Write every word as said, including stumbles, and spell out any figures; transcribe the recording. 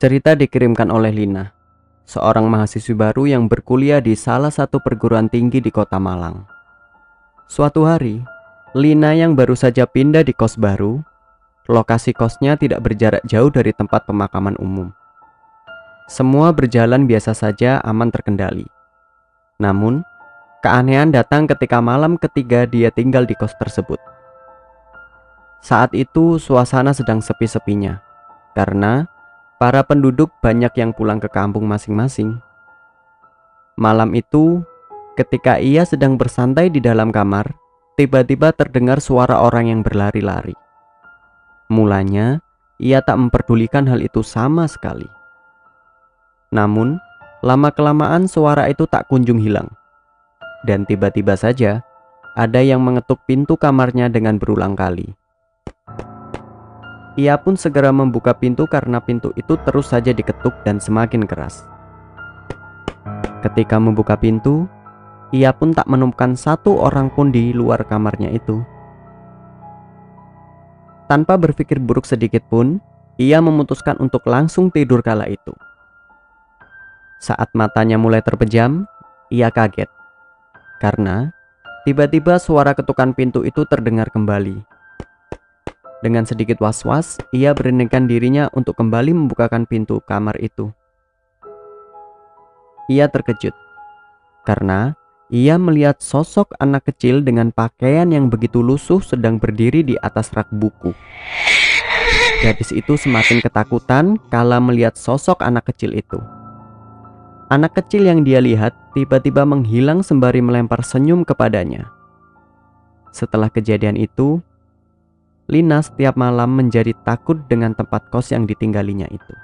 Cerita dikirimkan oleh Lina, seorang mahasiswi baru yang berkuliah di salah satu perguruan tinggi di kota Malang. Suatu hari, Lina yang baru saja pindah di kos baru, lokasi kosnya tidak berjarak jauh dari tempat pemakaman umum. Semua berjalan biasa saja, aman terkendali. Namun, keanehan datang ketika malam ketiga dia tinggal di kos tersebut. Saat itu suasana sedang sepi-sepinya, karena para penduduk banyak yang pulang ke kampung masing-masing. Malam itu, ketika ia sedang bersantai di dalam kamar, tiba-tiba terdengar suara orang yang berlari-lari. Mulanya, ia tak memperdulikan hal itu sama sekali. Namun, lama-kelamaan suara itu tak kunjung hilang. Dan tiba-tiba saja, ada yang mengetuk pintu kamarnya dengan berulang kali. Ia pun segera membuka pintu karena pintu itu terus saja diketuk dan semakin keras. Ketika membuka pintu, ia pun tak menemukan satu orang pun di luar kamarnya itu. Tanpa berpikir buruk sedikit pun, ia memutuskan untuk langsung tidur kala itu. Saat matanya mulai terpejam, ia kaget. Karena tiba-tiba suara ketukan pintu itu terdengar kembali. Dengan sedikit was-was, ia beranikan dirinya untuk kembali membukakan pintu kamar itu. Ia terkejut, karena ia melihat sosok anak kecil dengan pakaian yang begitu lusuh sedang berdiri di atas rak buku. Gadis itu semakin ketakutan kala melihat sosok anak kecil itu. Anak kecil yang dia lihat tiba-tiba menghilang sembari melempar senyum kepadanya. Setelah kejadian itu, Lina setiap malam menjadi takut dengan tempat kos yang ditinggalinya itu.